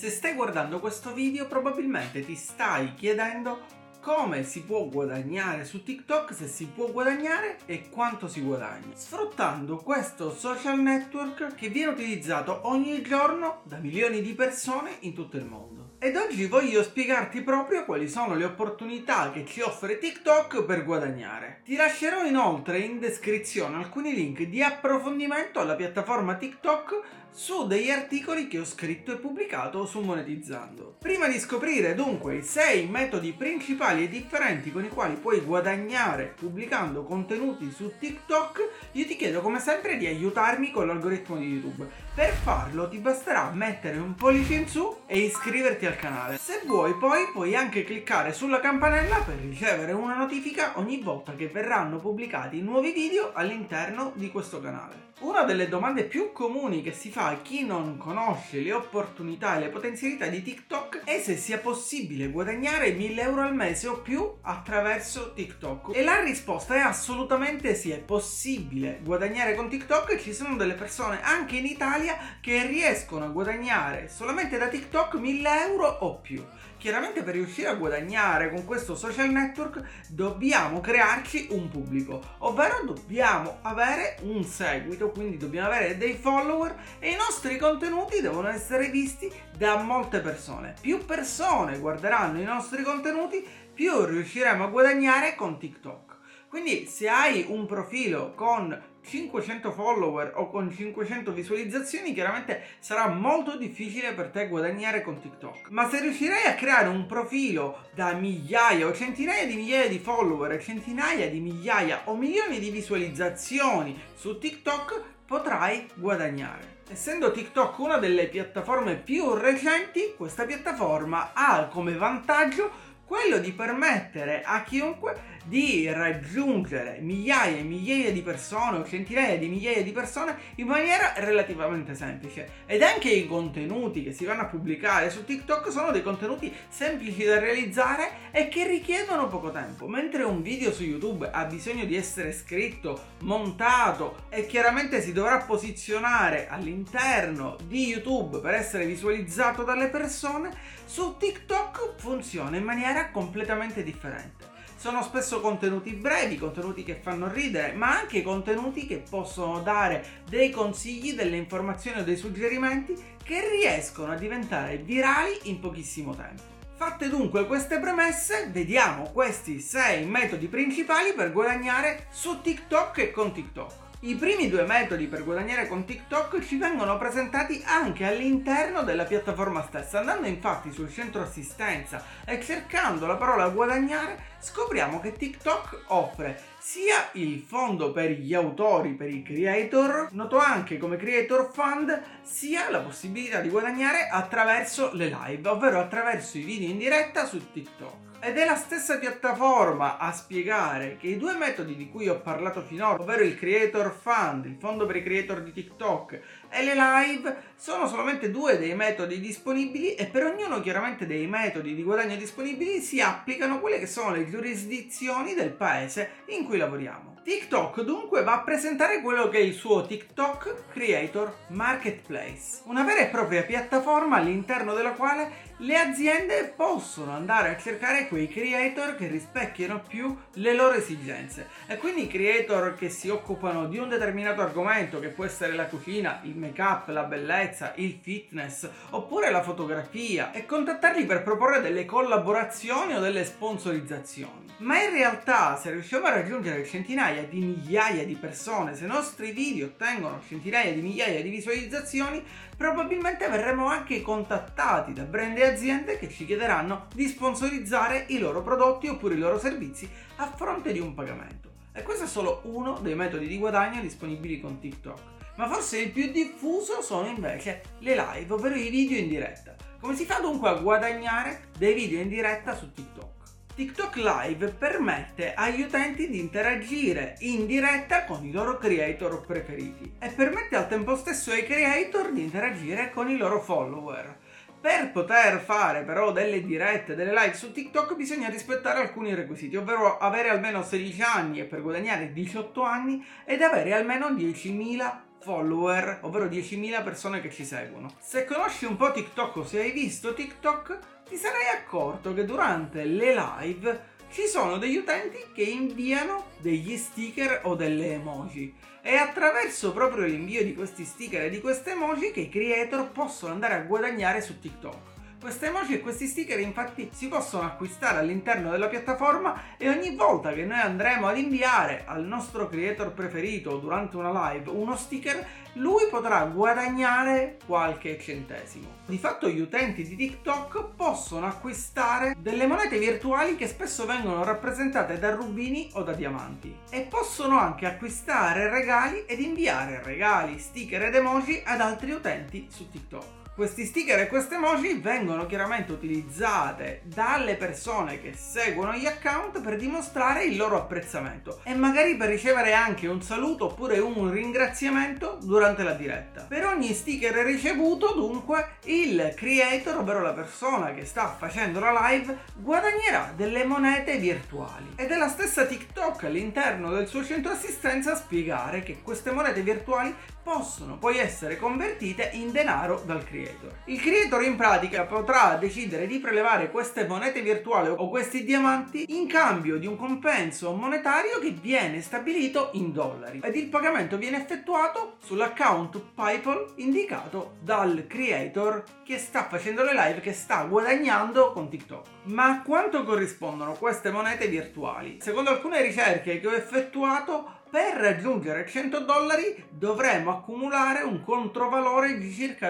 Se stai guardando questo video probabilmente ti stai chiedendo come si può guadagnare su TikTok, se si può guadagnare e quanto si guadagna, sfruttando questo social network che viene utilizzato ogni giorno da milioni di persone in tutto il mondo. Ed oggi voglio spiegarti proprio quali sono le opportunità che ci offre TikTok per guadagnare. Ti lascerò inoltre in descrizione alcuni link di approfondimento alla piattaforma TikTok su degli articoli che ho scritto e pubblicato su Monetizzando. Prima di scoprire dunque i 6 metodi principali e differenti con i quali puoi guadagnare pubblicando contenuti su TikTok, io ti chiedo come sempre di aiutarmi con l'algoritmo di YouTube. Per farlo ti basterà mettere un pollice in su e iscriverti al canale. Se vuoi poi puoi anche cliccare sulla campanella per ricevere una notifica ogni volta che verranno pubblicati nuovi video all'interno di questo canale. Una delle domande più comuni che si fa a chi non conosce le opportunità e le potenzialità di TikTok è se sia possibile guadagnare 1.000 euro al mese o più attraverso TikTok. E la risposta è assolutamente sì, è possibile guadagnare con TikTok. Ci sono delle persone anche in Italia che riescono a guadagnare solamente da TikTok 1.000 euro o più. Chiaramente per riuscire a guadagnare con questo social network dobbiamo crearci un pubblico, ovvero dobbiamo avere un seguito, quindi dobbiamo avere dei follower e i nostri contenuti devono essere visti da molte persone. Più persone guarderanno i nostri contenuti, più riusciremo a guadagnare con TikTok. Quindi se hai un profilo con 500 follower o con 500 visualizzazioni, chiaramente sarà molto difficile per te guadagnare con TikTok. Ma se riuscirai a creare un profilo da migliaia o centinaia di migliaia di follower, centinaia di migliaia o milioni di visualizzazioni su TikTok, potrai guadagnare. Essendo TikTok una delle piattaforme più recenti, questa piattaforma ha come vantaggio quello di permettere a chiunque di raggiungere migliaia e migliaia di persone o centinaia di migliaia di persone in maniera relativamente semplice. Ed anche i contenuti che si vanno a pubblicare su TikTok sono dei contenuti semplici da realizzare e che richiedono poco tempo, mentre un video su YouTube ha bisogno di essere scritto, montato e chiaramente si dovrà posizionare all'interno di YouTube per essere visualizzato dalle persone. Su TikTok funziona in maniera completamente differente. Sono spesso contenuti brevi, contenuti che fanno ridere, ma anche contenuti che possono dare dei consigli, delle informazioni o dei suggerimenti che riescono a diventare virali in pochissimo tempo. Fatte dunque queste premesse, vediamo questi 6 metodi principali per guadagnare su TikTok e con TikTok. I primi 2 metodi per guadagnare con TikTok ci vengono presentati anche all'interno della piattaforma stessa. Andando infatti sul centro assistenza e cercando la parola guadagnare, scopriamo che TikTok offre sia il fondo per gli autori, per i creator, noto anche come creator fund, sia la possibilità di guadagnare attraverso le live, ovvero attraverso i video in diretta su TikTok. Ed è la stessa piattaforma a spiegare che i 2 metodi di cui ho parlato finora, ovvero il Creator Fund, il fondo per i creator di TikTok e le live, sono solamente 2 dei metodi disponibili e per ognuno chiaramente dei metodi di guadagno disponibili si applicano quelle che sono le giurisdizioni del paese in cui lavoriamo. TikTok dunque va a presentare quello che è il suo TikTok Creator Marketplace, una vera e propria piattaforma all'interno della quale le aziende possono andare a cercare quei creator che rispecchiano più le loro esigenze e quindi creator che si occupano di un determinato argomento, che può essere la cucina, il make-up, la bellezza, il fitness oppure la fotografia, e contattarli per proporre delle collaborazioni o delle sponsorizzazioni. Ma in realtà, se riusciamo a raggiungere centinaia di migliaia di persone, se i nostri video ottengono centinaia di migliaia di visualizzazioni, probabilmente verremo anche contattati da brand e aziende che ci chiederanno di sponsorizzare i loro prodotti oppure i loro servizi a fronte di un pagamento. E questo è solo uno dei metodi di guadagno disponibili con TikTok. Ma forse il più diffuso sono invece le live, ovvero i video in diretta. Come si fa dunque a guadagnare dei video in diretta su TikTok? TikTok Live permette agli utenti di interagire in diretta con i loro creator preferiti e permette al tempo stesso ai creator di interagire con i loro follower. Per poter fare però delle dirette, delle live su TikTok bisogna rispettare alcuni requisiti, ovvero avere almeno 16 anni e per guadagnare 18 anni ed avere almeno 10.000 follower, ovvero 10.000 persone che ci seguono. Se conosci un po' TikTok o se hai visto TikTok, ti sarai accorto che durante le live ci sono degli utenti che inviano degli sticker o delle emoji. È attraverso proprio l'invio di questi sticker e di queste emoji che i creator possono andare a guadagnare su TikTok. Queste emoji e questi sticker infatti si possono acquistare all'interno della piattaforma e ogni volta che noi andremo ad inviare al nostro creator preferito durante una live uno sticker, lui potrà guadagnare qualche centesimo. Di fatto gli utenti di TikTok possono acquistare delle monete virtuali che spesso vengono rappresentate da rubini o da diamanti e possono anche acquistare regali ed inviare regali, sticker ed emoji ad altri utenti su TikTok. Questi sticker e queste emoji vengono chiaramente utilizzate dalle persone che seguono gli account per dimostrare il loro apprezzamento e magari per ricevere anche un saluto oppure un ringraziamento durante la diretta. Per ogni sticker ricevuto, dunque, il creator, ovvero la persona che sta facendo la live, guadagnerà delle monete virtuali. Ed è la stessa TikTok all'interno del suo centro assistenza a spiegare che queste monete virtuali possono poi essere convertite in denaro dal creator. Il creator in pratica potrà decidere di prelevare queste monete virtuali o questi diamanti in cambio di un compenso monetario che viene stabilito in dollari ed il pagamento viene effettuato sull'account PayPal indicato dal creator che sta facendo le live, che sta guadagnando con TikTok. Ma a quanto corrispondono queste monete virtuali? Secondo alcune ricerche che ho effettuato, per raggiungere $100 dovremo accumulare un controvalore di circa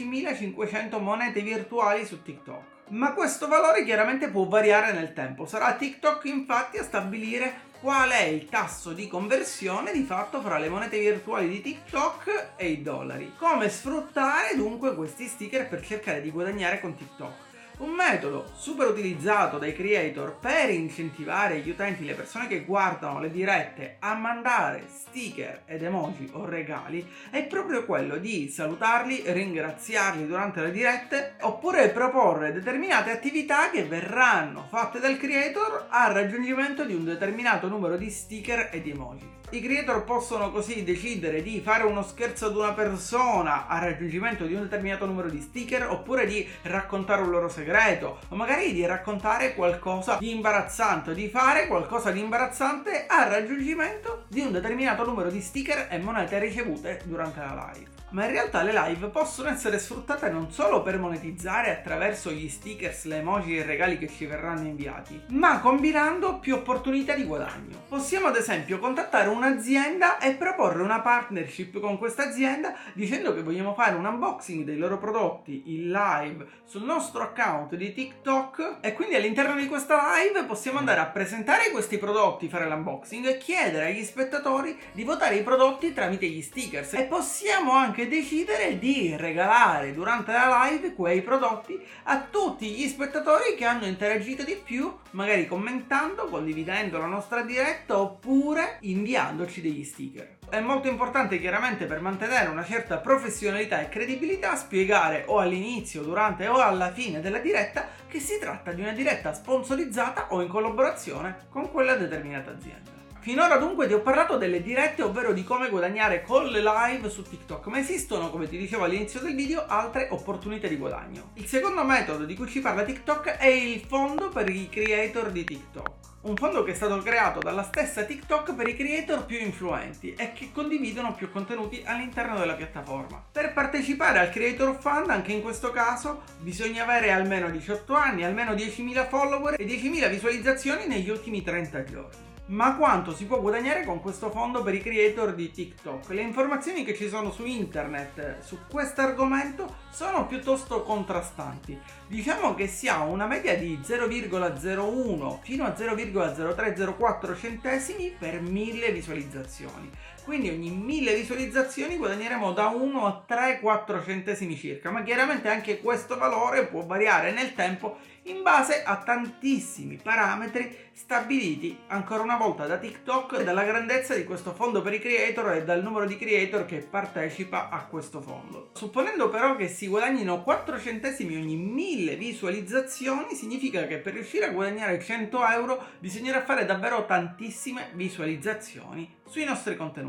12.500 monete virtuali su TikTok. Ma questo valore chiaramente può variare nel tempo. Sarà TikTok infatti a stabilire qual è il tasso di conversione di fatto fra le monete virtuali di TikTok e i dollari. Come sfruttare dunque questi sticker per cercare di guadagnare con TikTok? Un metodo super utilizzato dai creator per incentivare gli utenti, le persone che guardano le dirette, a mandare sticker ed emoji o regali è proprio quello di salutarli, ringraziarli durante le dirette oppure proporre determinate attività che verranno fatte dal creator al raggiungimento di un determinato numero di sticker e di emoji. I creator possono così decidere di fare uno scherzo ad una persona al raggiungimento di un determinato numero di sticker oppure di raccontare un loro segreto o magari di raccontare qualcosa di imbarazzante o di fare qualcosa di imbarazzante al raggiungimento di un determinato numero di sticker e monete ricevute durante la live. Ma in realtà le live possono essere sfruttate non solo per monetizzare attraverso gli stickers, le emoji e i regali che ci verranno inviati, ma combinando più opportunità di guadagno. Possiamo ad esempio contattare un'azienda e proporre una partnership con questa azienda dicendo che vogliamo fare un unboxing dei loro prodotti in live sul nostro account di TikTok e quindi all'interno di questa live possiamo andare a presentare questi prodotti, fare l'unboxing e chiedere agli spettatori di votare i prodotti tramite gli stickers e possiamo anche decidere di regalare durante la live quei prodotti a tutti gli spettatori che hanno interagito di più, magari commentando, condividendo la nostra diretta oppure inviandoci degli sticker. È molto importante chiaramente per mantenere una certa professionalità e credibilità spiegare o all'inizio, durante o alla fine della diretta che si tratta di una diretta sponsorizzata o in collaborazione con quella determinata azienda. Finora dunque ti ho parlato delle dirette, ovvero di come guadagnare con le live su TikTok, ma esistono, come ti dicevo all'inizio del video, altre opportunità di guadagno. Il secondo metodo di cui ci parla TikTok è il fondo per i creator di TikTok. Un fondo che è stato creato dalla stessa TikTok per i creator più influenti e che condividono più contenuti all'interno della piattaforma. Per partecipare al Creator Fund, anche in questo caso, bisogna avere almeno 18 anni, almeno 10.000 follower e 10.000 visualizzazioni negli ultimi 30 giorni. Ma quanto si può guadagnare con questo fondo per i creator di TikTok? Le informazioni che ci sono su internet su questo argomento sono piuttosto contrastanti. Diciamo che si ha una media di 0,01 fino a 0,0304 centesimi per 1000 visualizzazioni. Quindi ogni 1000 visualizzazioni guadagneremo da 1 a 3-4 centesimi circa, ma chiaramente anche questo valore può variare nel tempo in base a tantissimi parametri stabiliti ancora una volta da TikTok, dalla grandezza di questo fondo per i creator e dal numero di creator che partecipa a questo fondo. Supponendo però che si guadagnino 4 centesimi ogni 1000 visualizzazioni, significa che per riuscire a guadagnare 100 euro bisognerà fare davvero tantissime visualizzazioni sui nostri contenuti.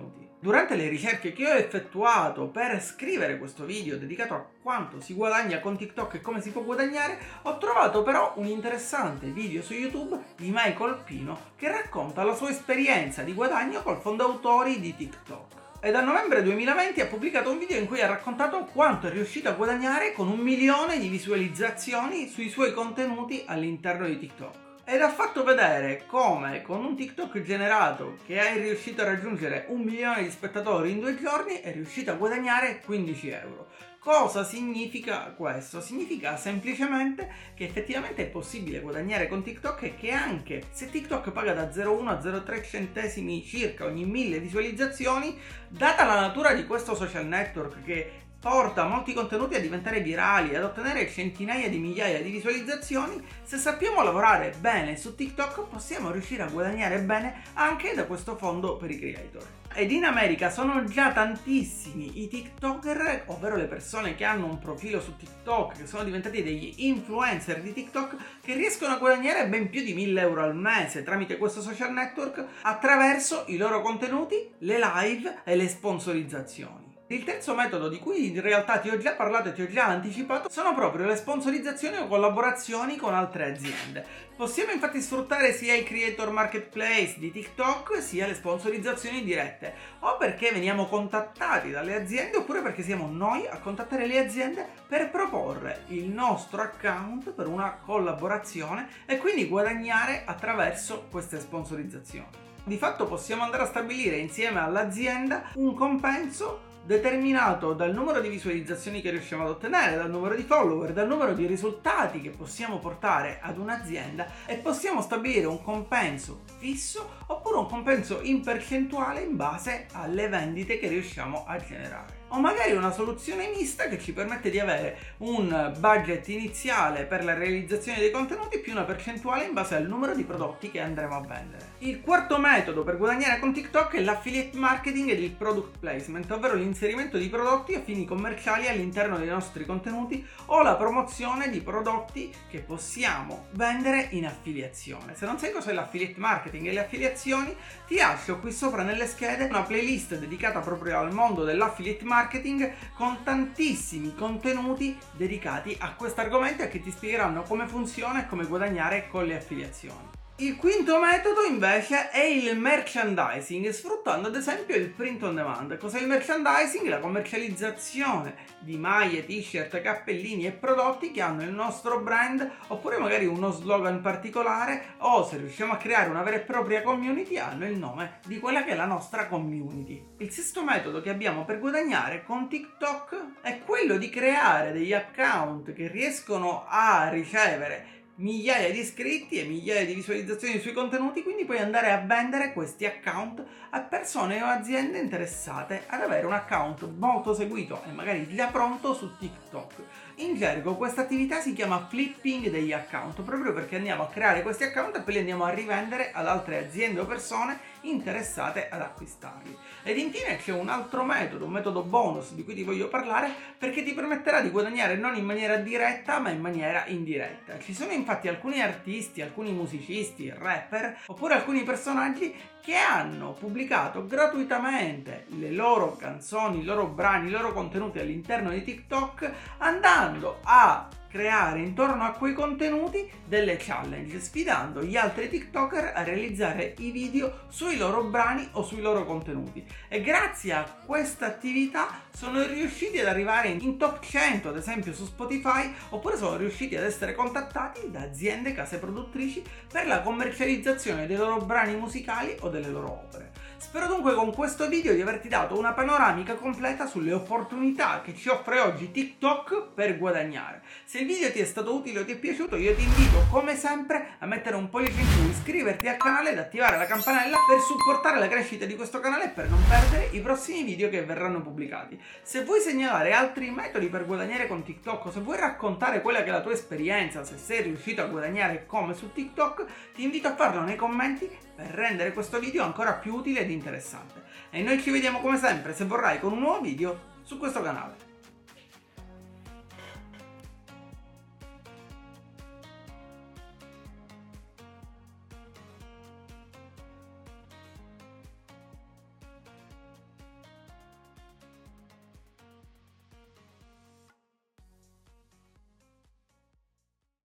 Durante le ricerche che ho effettuato per scrivere questo video dedicato a quanto si guadagna con TikTok e come si può guadagnare, ho trovato però un interessante video su YouTube di Michael Pino che racconta la sua esperienza di guadagno col fondautori di TikTok. E dal novembre 2020 ha pubblicato un video in cui ha raccontato quanto è riuscito a guadagnare con 1 milione di visualizzazioni sui suoi contenuti all'interno di TikTok. Ed ha fatto vedere come con un TikTok generato che è riuscito a raggiungere 1 milione di spettatori in 2 giorni è riuscito a guadagnare 15 euro. Cosa significa questo? Significa semplicemente che effettivamente è possibile guadagnare con TikTok e che anche se TikTok paga da 0,1 a 0,3 centesimi circa ogni 1000 visualizzazioni, data la natura di questo social network che porta molti contenuti a diventare virali e ad ottenere centinaia di migliaia di visualizzazioni, se sappiamo lavorare bene su TikTok possiamo riuscire a guadagnare bene anche da questo fondo per i creator. Ed in America sono già tantissimi i TikToker, ovvero le persone che hanno un profilo su TikTok, che sono diventati degli influencer di TikTok, che riescono a guadagnare ben più di 1000 euro al mese tramite questo social network attraverso i loro contenuti, le live e le sponsorizzazioni. Il terzo metodo di cui in realtà ti ho già parlato e ti ho già anticipato sono proprio le sponsorizzazioni o collaborazioni con altre aziende. Possiamo infatti sfruttare sia il creator marketplace di TikTok sia le sponsorizzazioni dirette, o perché veniamo contattati dalle aziende oppure perché siamo noi a contattare le aziende per proporre il nostro account per una collaborazione e quindi guadagnare attraverso queste sponsorizzazioni. Di fatto possiamo andare a stabilire insieme all'azienda un compenso determinato dal numero di visualizzazioni che riusciamo ad ottenere, dal numero di follower, dal numero di risultati che possiamo portare ad un'azienda e possiamo stabilire un compenso fisso oppure un compenso in percentuale in base alle vendite che riusciamo a generare. O magari una soluzione mista che ci permette di avere un budget iniziale per la realizzazione dei contenuti più una percentuale in base al numero di prodotti che andremo a vendere. Il quarto metodo per guadagnare con TikTok è l'affiliate marketing ed il product placement, ovvero l'inserimento di prodotti a fini commerciali all'interno dei nostri contenuti o la promozione di prodotti che possiamo vendere in affiliazione. Se non sai cos'è l'affiliate marketing e le affiliazioni, ti lascio qui sopra nelle schede una playlist dedicata proprio al mondo dell'affiliate marketing con tantissimi contenuti dedicati a questo argomento e che ti spiegheranno come funziona e come guadagnare con le affiliazioni. Il quinto metodo invece è il merchandising, sfruttando ad esempio il print on demand. Cos'è il merchandising? La commercializzazione di maglie, t-shirt, cappellini e prodotti che hanno il nostro brand oppure magari uno slogan particolare o, se riusciamo a creare una vera e propria community, hanno il nome di quella che è la nostra community. Il sesto metodo che abbiamo per guadagnare con TikTok è quello di creare degli account che riescono a ricevere migliaia di iscritti e migliaia di visualizzazioni sui contenuti, quindi puoi andare a vendere questi account a persone o aziende interessate ad avere un account molto seguito e magari già pronto su TikTok. In gergo questa attività si chiama flipping degli account, proprio perché andiamo a creare questi account e poi li andiamo a rivendere ad altre aziende o persone interessate ad acquistarli. Ed infine c'è un altro metodo, un metodo bonus di cui ti voglio parlare, perché ti permetterà di guadagnare non in maniera diretta ma in maniera indiretta. Ci sono infatti alcuni artisti, alcuni musicisti, rapper oppure alcuni personaggi che hanno pubblicato gratuitamente le loro canzoni, i loro brani, i loro contenuti all'interno di TikTok, andando a creare intorno a quei contenuti delle challenge, sfidando gli altri TikToker a realizzare i video sui loro brani o sui loro contenuti. E grazie a questa attività sono riusciti ad arrivare in top 100, ad esempio su Spotify, oppure sono riusciti ad essere contattati da aziende, case produttrici per la commercializzazione dei loro brani musicali o delle loro opere. Spero dunque con questo video di averti dato una panoramica completa sulle opportunità che ci offre oggi TikTok per guadagnare. Se il video ti è stato utile o ti è piaciuto, io ti invito come sempre a mettere un pollice in su, iscriverti al canale ed attivare la campanella per supportare la crescita di questo canale e per non perdere i prossimi video che verranno pubblicati. Se vuoi segnalare altri metodi per guadagnare con TikTok o se vuoi raccontare quella che è la tua esperienza, se sei riuscito a guadagnare come su TikTok, ti invito a farlo nei commenti per rendere questo video ancora più utile ed interessante. E noi ci vediamo come sempre, se vorrai, con un nuovo video su questo canale.